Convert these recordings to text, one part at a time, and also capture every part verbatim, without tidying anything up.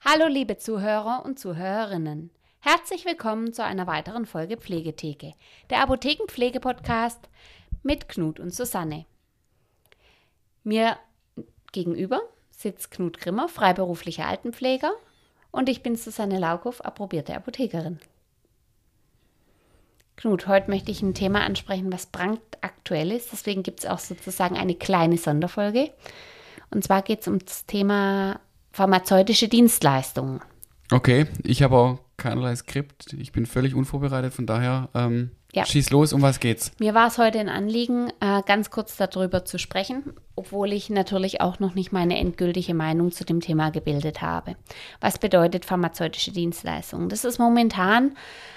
Hallo liebe Zuhörer und Zuhörerinnen. Herzlich willkommen zu einer weiteren Folge Pflegetheke, der Apothekenpflege-Podcast mit Knut und Susanne. Mir gegenüber sitzt Knut Grimmer, freiberuflicher Altenpfleger, und ich bin Susanne Laukow, approbierte Apothekerin. Knut, heute möchte ich ein Thema ansprechen, was brandaktuell ist. Deswegen gibt es auch sozusagen eine kleine Sonderfolge. Und zwar geht es um das Thema pharmazeutische Dienstleistungen. Okay, ich habe auch keinerlei Skript. Ich bin völlig unvorbereitet, von daher ähm, ja. schieß los, um was geht's? Mir war es heute ein Anliegen, äh, ganz kurz darüber zu sprechen, obwohl ich natürlich auch noch nicht meine endgültige Meinung zu dem Thema gebildet habe. Was bedeutet pharmazeutische Dienstleistungen? Das ist momentan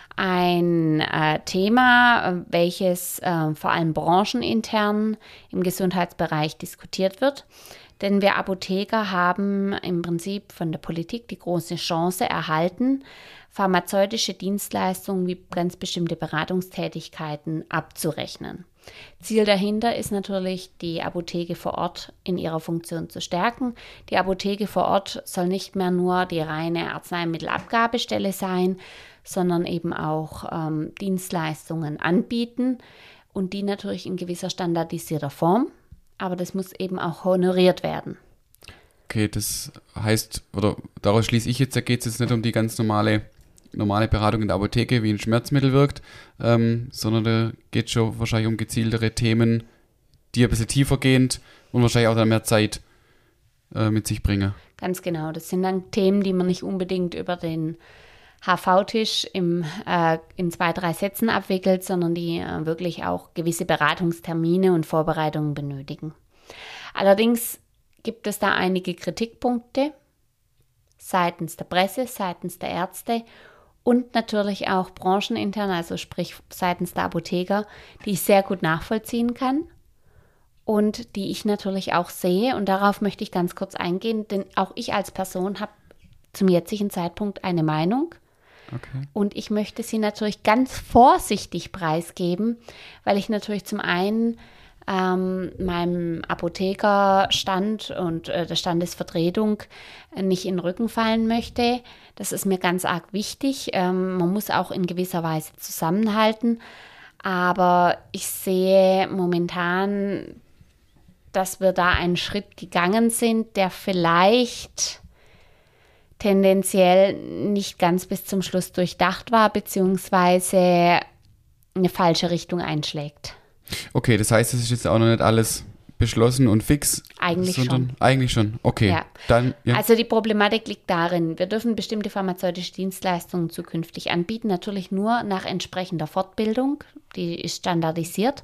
ein äh, Thema, welches äh, vor allem branchenintern im Gesundheitsbereich diskutiert wird. Denn wir Apotheker haben im Prinzip von der Politik die große Chance erhalten, pharmazeutische Dienstleistungen wie ganz bestimmte Beratungstätigkeiten abzurechnen. Ziel dahinter ist natürlich, die Apotheke vor Ort in ihrer Funktion zu stärken. Die Apotheke vor Ort soll nicht mehr nur die reine Arzneimittelabgabestelle sein, sondern eben auch ähm, Dienstleistungen anbieten und die natürlich in gewisser standardisierter Form. Aber das muss eben auch honoriert werden. Okay, das heißt, oder daraus schließe ich jetzt, da geht es jetzt nicht um die ganz normale, normale Beratung in der Apotheke, wie ein Schmerzmittel wirkt, ähm, sondern da geht es schon wahrscheinlich um gezieltere Themen, die ein bisschen tiefergehend und wahrscheinlich auch dann mehr Zeit äh, mit sich bringen. Ganz genau, das sind dann Themen, die man nicht unbedingt über den H V-Tisch im, äh, in zwei, drei Sätzen abwickelt, sondern die äh, wirklich auch gewisse Beratungstermine und Vorbereitungen benötigen. Allerdings gibt es da einige Kritikpunkte seitens der Presse, seitens der Ärzte und natürlich auch branchenintern, also sprich seitens der Apotheker, die ich sehr gut nachvollziehen kann und die ich natürlich auch sehe. Und darauf möchte ich ganz kurz eingehen, denn auch ich als Person habe zum jetzigen Zeitpunkt eine Meinung. Okay. Und ich möchte sie natürlich ganz vorsichtig preisgeben, weil ich natürlich zum einen ähm, meinem Apothekerstand und äh, der Standesvertretung nicht in den Rücken fallen möchte. Das ist mir ganz arg wichtig. Ähm, man muss auch in gewisser Weise zusammenhalten. Aber ich sehe momentan, dass wir da einen Schritt gegangen sind, der vielleicht tendenziell nicht ganz bis zum Schluss durchdacht war, beziehungsweise eine falsche Richtung einschlägt. Okay, das heißt, es ist jetzt auch noch nicht alles beschlossen und fix? Eigentlich schon. Eigentlich schon, okay. Ja. Dann, ja. Also die Problematik liegt darin, wir dürfen bestimmte pharmazeutische Dienstleistungen zukünftig anbieten, natürlich nur nach entsprechender Fortbildung, die ist standardisiert.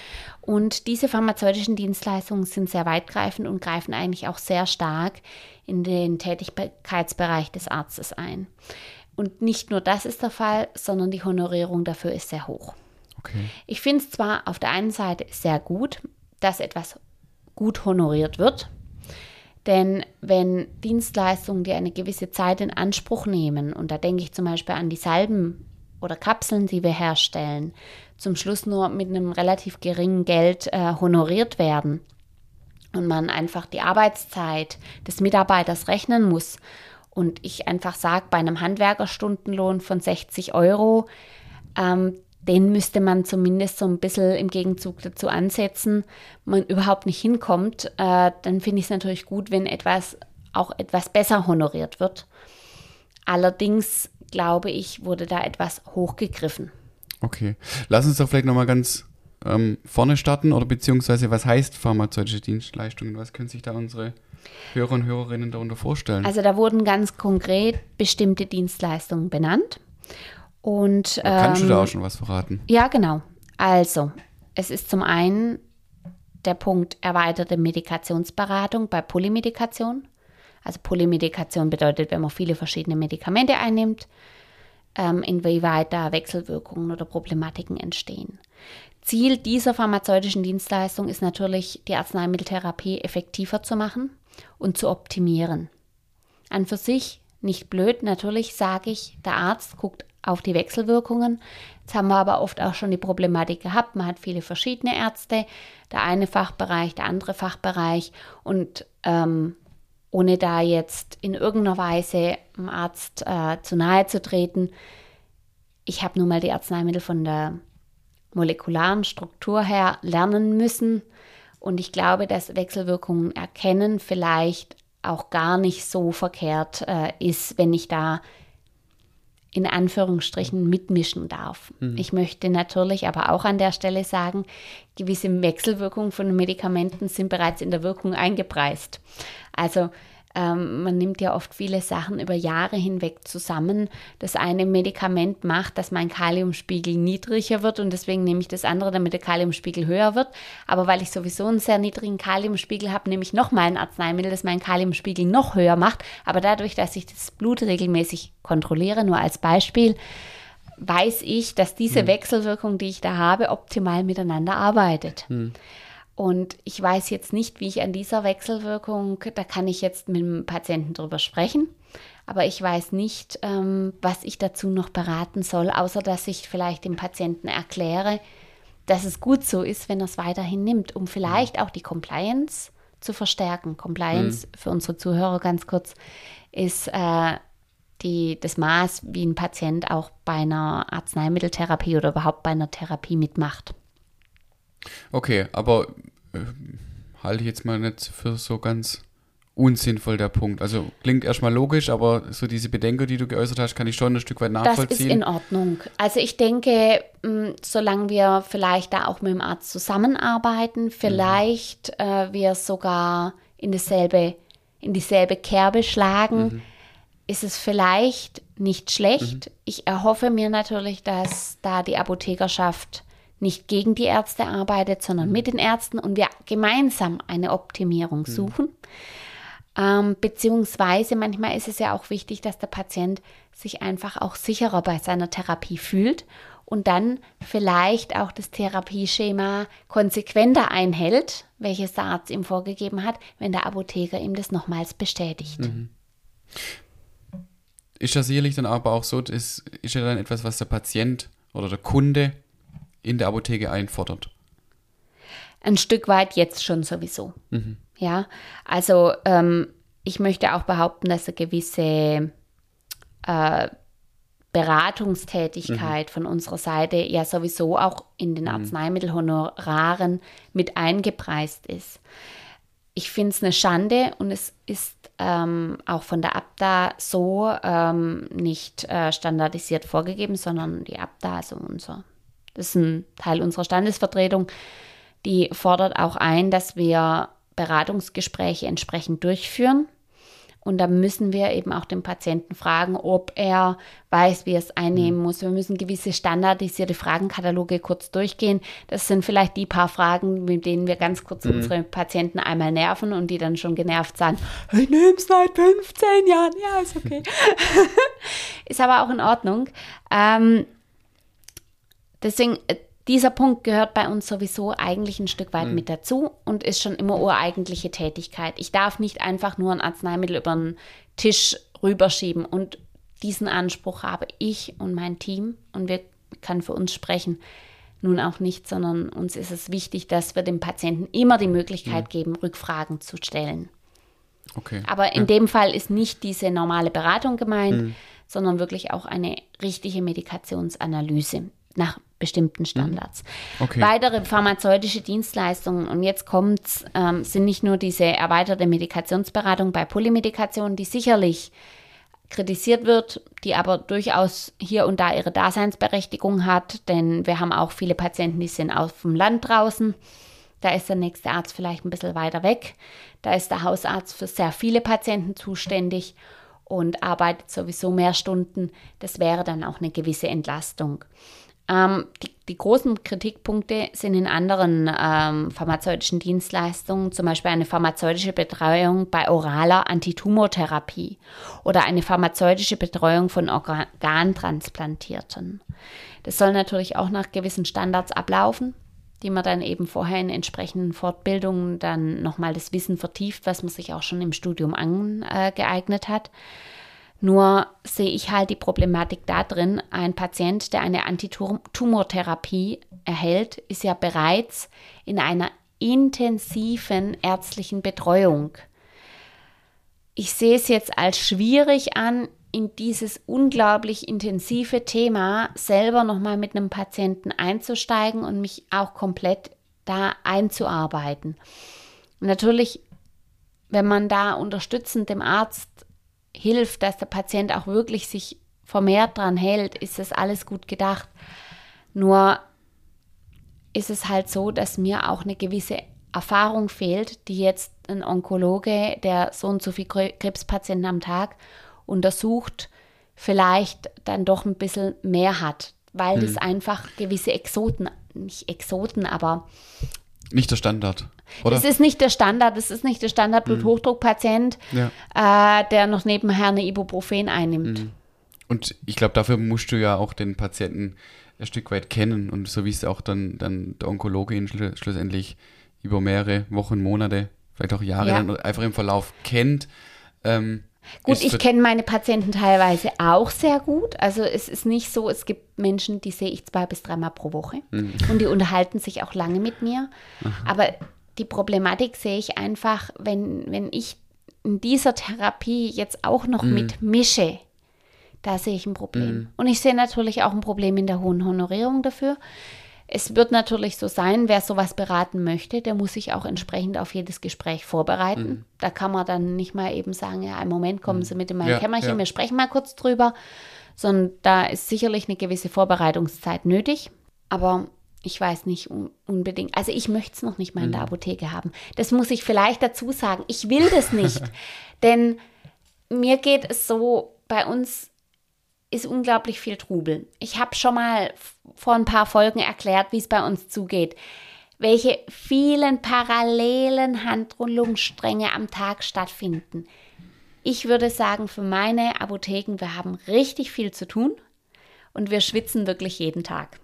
Und diese pharmazeutischen Dienstleistungen sind sehr weitgreifend und greifen eigentlich auch sehr stark in den Tätigkeitsbereich des Arztes ein. Und nicht nur das ist der Fall, sondern die Honorierung dafür ist sehr hoch. Okay. Ich finde es zwar auf der einen Seite sehr gut, dass etwas gut honoriert wird, denn wenn Dienstleistungen, die eine gewisse Zeit in Anspruch nehmen, und da denke ich zum Beispiel an die Salben oder Kapseln, die wir herstellen, zum Schluss nur mit einem relativ geringen Geld äh, honoriert werden und man einfach die Arbeitszeit des Mitarbeiters rechnen muss und ich einfach sage, bei einem Handwerkerstundenlohn von sechzig Euro, ähm, den müsste man zumindest so ein bisschen im Gegenzug dazu ansetzen, man überhaupt nicht hinkommt, äh, dann finde ich es natürlich gut, wenn etwas auch etwas besser honoriert wird. Allerdings, glaube ich, wurde da etwas hochgegriffen. Okay, lass uns doch vielleicht nochmal ganz ähm, vorne starten oder beziehungsweise was heißt pharmazeutische Dienstleistungen? Was können sich da unsere Hörer und Hörerinnen darunter vorstellen? Also da wurden ganz konkret bestimmte Dienstleistungen benannt. Und, ähm, Kannst du da auch schon was verraten? Ja, genau. Also es ist zum einen der Punkt erweiterte Medikationsberatung bei Polymedikation. Also Polymedikation bedeutet, wenn man viele verschiedene Medikamente einnimmt, ähm, inwieweit da Wechselwirkungen oder Problematiken entstehen. Ziel dieser pharmazeutischen Dienstleistung ist natürlich, die Arzneimitteltherapie effektiver zu machen und zu optimieren. An für sich nicht blöd, natürlich sage ich, der Arzt guckt auf die Wechselwirkungen. Jetzt haben wir aber oft auch schon die Problematik gehabt, man hat viele verschiedene Ärzte, der eine Fachbereich, der andere Fachbereich und ähm, ohne da jetzt in irgendeiner Weise dem Arzt äh, zu nahe zu treten, ich habe nun mal die Arzneimittel von der molekularen Struktur her lernen müssen und ich glaube, dass Wechselwirkungen erkennen vielleicht auch gar nicht so verkehrt äh, ist, wenn ich da in Anführungsstrichen mitmischen darf. Mhm. Ich möchte natürlich aber auch an der Stelle sagen, gewisse Wechselwirkungen von Medikamenten sind bereits in der Wirkung eingepreist. Also ähm, man nimmt ja oft viele Sachen über Jahre hinweg zusammen. Das eine Medikament macht, dass mein Kaliumspiegel niedriger wird und deswegen nehme ich das andere, damit der Kaliumspiegel höher wird. Aber weil ich sowieso einen sehr niedrigen Kaliumspiegel habe, nehme ich nochmal ein Arzneimittel, das meinen Kaliumspiegel noch höher macht. Aber dadurch, dass ich das Blut regelmäßig kontrolliere, nur als Beispiel, weiß ich, dass diese hm. Wechselwirkung, die ich da habe, optimal miteinander arbeitet. Hm. Und ich weiß jetzt nicht, wie ich an dieser Wechselwirkung, da kann ich jetzt mit dem Patienten drüber sprechen, aber ich weiß nicht, ähm, was ich dazu noch beraten soll, außer dass ich vielleicht dem Patienten erkläre, dass es gut so ist, wenn er es weiterhin nimmt, um vielleicht auch die Compliance zu verstärken. Compliance, mhm. für unsere Zuhörer ganz kurz, ist äh, die, das Maß, wie ein Patient auch bei einer Arzneimitteltherapie oder überhaupt bei einer Therapie mitmacht. Okay, aber äh, halte ich jetzt mal nicht für so ganz unsinnvoll der Punkt. Also klingt erstmal logisch, aber so diese Bedenken, die du geäußert hast, kann ich schon ein Stück weit nachvollziehen. Das ist in Ordnung. Also ich denke, mh, solange wir vielleicht da auch mit dem Arzt zusammenarbeiten, vielleicht mhm. äh, wir sogar in dasselbe, in dieselbe Kerbe schlagen, mhm. ist es vielleicht nicht schlecht. Mhm. Ich erhoffe mir natürlich, dass da die Apothekerschaft nicht gegen die Ärzte arbeitet, sondern mit den Ärzten und wir gemeinsam eine Optimierung suchen. Mhm. Ähm, beziehungsweise manchmal ist es ja auch wichtig, dass der Patient sich einfach auch sicherer bei seiner Therapie fühlt und dann vielleicht auch das Therapieschema konsequenter einhält, welches der Arzt ihm vorgegeben hat, wenn der Apotheker ihm das nochmals bestätigt. Mhm. Ist ja sicherlich dann aber auch so, das ist ja dann etwas, was der Patient oder der Kunde in der Apotheke einfordert. Ein Stück weit jetzt schon sowieso. Mhm. Ja, also ähm, ich möchte auch behaupten, dass eine gewisse äh, Beratungstätigkeit mhm. von unserer Seite ja sowieso auch in den mhm. Arzneimittelhonoraren mit eingepreist ist. Ich finde es eine Schande und es ist ähm, auch von der A B D A so ähm, nicht äh, standardisiert vorgegeben, sondern die A B D A, also unser Das ist ein Teil unserer Standesvertretung, die fordert auch ein, dass wir Beratungsgespräche entsprechend durchführen. Und da müssen wir eben auch den Patienten fragen, ob er weiß, wie er es einnehmen muss. Wir müssen gewisse standardisierte Fragenkataloge kurz durchgehen. Das sind vielleicht die paar Fragen, mit denen wir ganz kurz mhm. unsere Patienten einmal nerven und die dann schon genervt sagen, ich nehme es seit fünfzehn Jahren. Ja, ist okay. Ist aber auch in Ordnung. Ähm, Deswegen, dieser Punkt gehört bei uns sowieso eigentlich ein Stück weit mhm. mit dazu und ist schon immer ureigentliche Tätigkeit. Ich darf nicht einfach nur ein Arzneimittel über den Tisch rüberschieben und diesen Anspruch habe ich und mein Team und wir können für uns sprechen, nun auch nicht, sondern uns ist es wichtig, dass wir dem Patienten immer die Möglichkeit mhm. geben, Rückfragen zu stellen. Okay. Aber in ja. dem Fall ist nicht diese normale Beratung gemeint, mhm. sondern wirklich auch eine richtige Medikationsanalyse nach bestimmten Standards. Okay. Weitere pharmazeutische Dienstleistungen, und jetzt kommt's, ähm, sind nicht nur diese erweiterte Medikationsberatung bei Polymedikationen, die sicherlich kritisiert wird, die aber durchaus hier und da ihre Daseinsberechtigung hat, denn wir haben auch viele Patienten, die sind auf dem Land draußen. Da ist der nächste Arzt vielleicht ein bisschen weiter weg. Da ist der Hausarzt für sehr viele Patienten zuständig und arbeitet sowieso mehr Stunden. Das wäre dann auch eine gewisse Entlastung. Ähm, die, die großen Kritikpunkte sind in anderen ähm, pharmazeutischen Dienstleistungen, zum Beispiel eine pharmazeutische Betreuung bei oraler Antitumortherapie oder eine pharmazeutische Betreuung von Organtransplantierten. Das soll natürlich auch nach gewissen Standards ablaufen, die man dann eben vorher in entsprechenden Fortbildungen dann nochmal das Wissen vertieft, was man sich auch schon im Studium angeeignet hat. Nur sehe ich halt die Problematik da drin, ein Patient, der eine Antitumortherapie erhält, ist ja bereits in einer intensiven ärztlichen Betreuung. ich sehe es jetzt als schwierig an, in dieses unglaublich intensive Thema selber nochmal mit einem Patienten einzusteigen und mich auch komplett da einzuarbeiten. Und natürlich, wenn man da unterstützend dem Arzt hilft, dass der Patient auch wirklich sich vermehrt dran hält, ist das alles gut gedacht. Nur ist es halt so, dass mir auch eine gewisse Erfahrung fehlt, die jetzt ein Onkologe, der so und so viele Krebspatienten am Tag untersucht, vielleicht dann doch ein bisschen mehr hat, weil hm. das einfach gewisse Exoten, nicht Exoten, aber nicht der Standard, oder? Es ist nicht der Standard, es ist nicht der Standard-Bluthochdruckpatient, ja. äh, der noch nebenher eine Ibuprofen einnimmt. Hm. Und ich glaube, dafür musst du ja auch den Patienten ein Stück weit kennen und so wie es auch dann, dann der Onkologe ihn schlu- schlussendlich über mehrere Wochen, Monate, vielleicht auch Jahre ja. dann einfach im Verlauf kennt. Ähm, Gut, ich kenne meine Patienten teilweise auch sehr gut. Also es ist nicht so, es gibt Menschen, die sehe ich zwei bis dreimal pro Woche mhm. und die unterhalten sich auch lange mit mir. Aha. Aber die Problematik sehe ich einfach, wenn, wenn ich in dieser Therapie jetzt auch noch mhm. mitmische, da sehe ich ein Problem. Mhm. Und ich sehe natürlich auch ein Problem in der hohen Honorierung dafür. Es wird natürlich so sein, wer sowas beraten möchte, der muss sich auch entsprechend auf jedes Gespräch vorbereiten. Mhm. Da kann man dann nicht mal eben sagen, ja, einen Moment, kommen Sie mit in mein ja, Kämmerchen, ja. wir sprechen mal kurz drüber. Sondern da ist sicherlich eine gewisse Vorbereitungszeit nötig. Aber ich weiß nicht un- unbedingt, also ich möchte es noch nicht mal in mhm. der Apotheke haben. Das muss ich vielleicht dazu sagen. Ich will das nicht, denn mir geht es so, bei uns ist unglaublich viel Trubel. Ich habe schon mal vor ein paar Folgen erklärt, wie es bei uns zugeht. Welche vielen parallelen Handrundungsstränge am Tag stattfinden. Ich würde sagen, für meine Apotheken, wir haben richtig viel zu tun und wir schwitzen wirklich jeden Tag.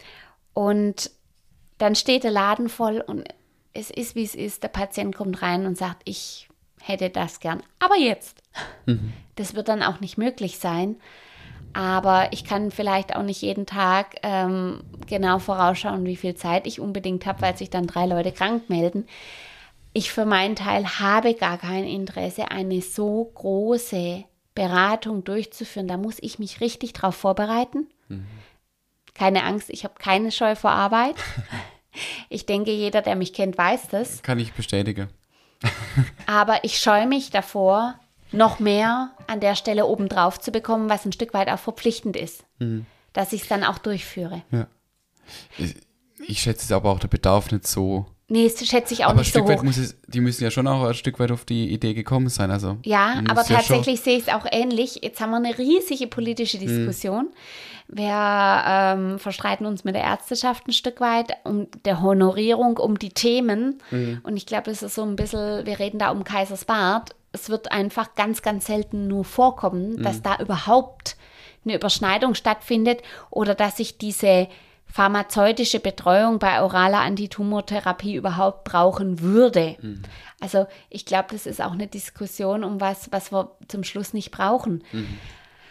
Und dann steht der Laden voll und es ist, wie es ist. Der Patient kommt rein und sagt, ich hätte das gern, aber jetzt. Mhm. Das wird dann auch nicht möglich sein. Aber ich kann vielleicht auch nicht jeden Tag ähm, genau vorausschauen, wie viel Zeit ich unbedingt habe, weil sich dann drei Leute krank melden. Ich für meinen Teil habe gar kein Interesse, eine so große Beratung durchzuführen. Da muss ich mich richtig drauf vorbereiten. Mhm. Keine Angst, ich habe keine Scheu vor Arbeit. Ich denke, jeder, der mich kennt, weiß das. Kann ich bestätigen. Aber ich scheue mich davor, noch mehr an der Stelle obendrauf zu bekommen, was ein Stück weit auch verpflichtend ist, mhm. dass ich es dann auch durchführe. Ja. Ich, ich schätze aber auch der Bedarf nicht so. Nee, das schätze ich auch aber nicht so hoch. Weit muss es, die müssen ja schon auch ein Stück weit auf die Idee gekommen sein. Also ja, aber ja tatsächlich sehe ich es auch ähnlich. Jetzt haben wir eine riesige politische Diskussion. Mhm. Wir ähm, verstreiten uns mit der Ärzteschaft ein Stück weit um der Honorierung, um die Themen. Mhm. Und ich glaube, es ist so ein bisschen, wir reden da um Kaisersbad. Es wird einfach ganz, ganz selten nur vorkommen, mhm. dass da überhaupt eine Überschneidung stattfindet oder dass sich diese pharmazeutische Betreuung bei oraler Antitumortherapie überhaupt brauchen würde. Mhm. Also ich glaube, das ist auch eine Diskussion um was, was wir zum Schluss nicht brauchen. Mhm.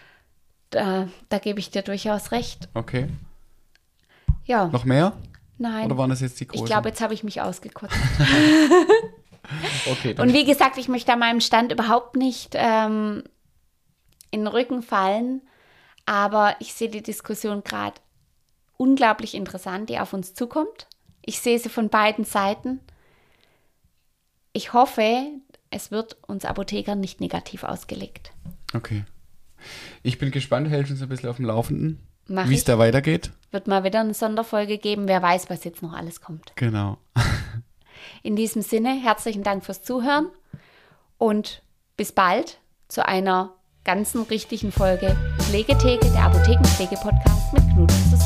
Da, da gebe ich dir durchaus recht. Okay. Ja. Noch mehr? Nein. Oder waren das jetzt die großen? Ich glaube, jetzt habe ich mich ausgekotzt. Okay, dann. Und wie gesagt, ich möchte an meinem Stand überhaupt nicht ähm, in den Rücken fallen, aber ich sehe die Diskussion gerade unglaublich interessant, die auf uns zukommt. Ich sehe sie von beiden Seiten. Ich hoffe, es wird uns Apothekern nicht negativ ausgelegt. Okay. Ich bin gespannt, hältst uns ein bisschen auf dem Laufenden, Mach wie es da weitergeht. Wird mal wieder eine Sonderfolge geben, wer weiß, was jetzt noch alles kommt. Genau. In diesem Sinne, herzlichen Dank fürs Zuhören und bis bald zu einer ganzen richtigen Folge Pflegetheke, der Apothekenpflege-Podcast mit Knut zusammen.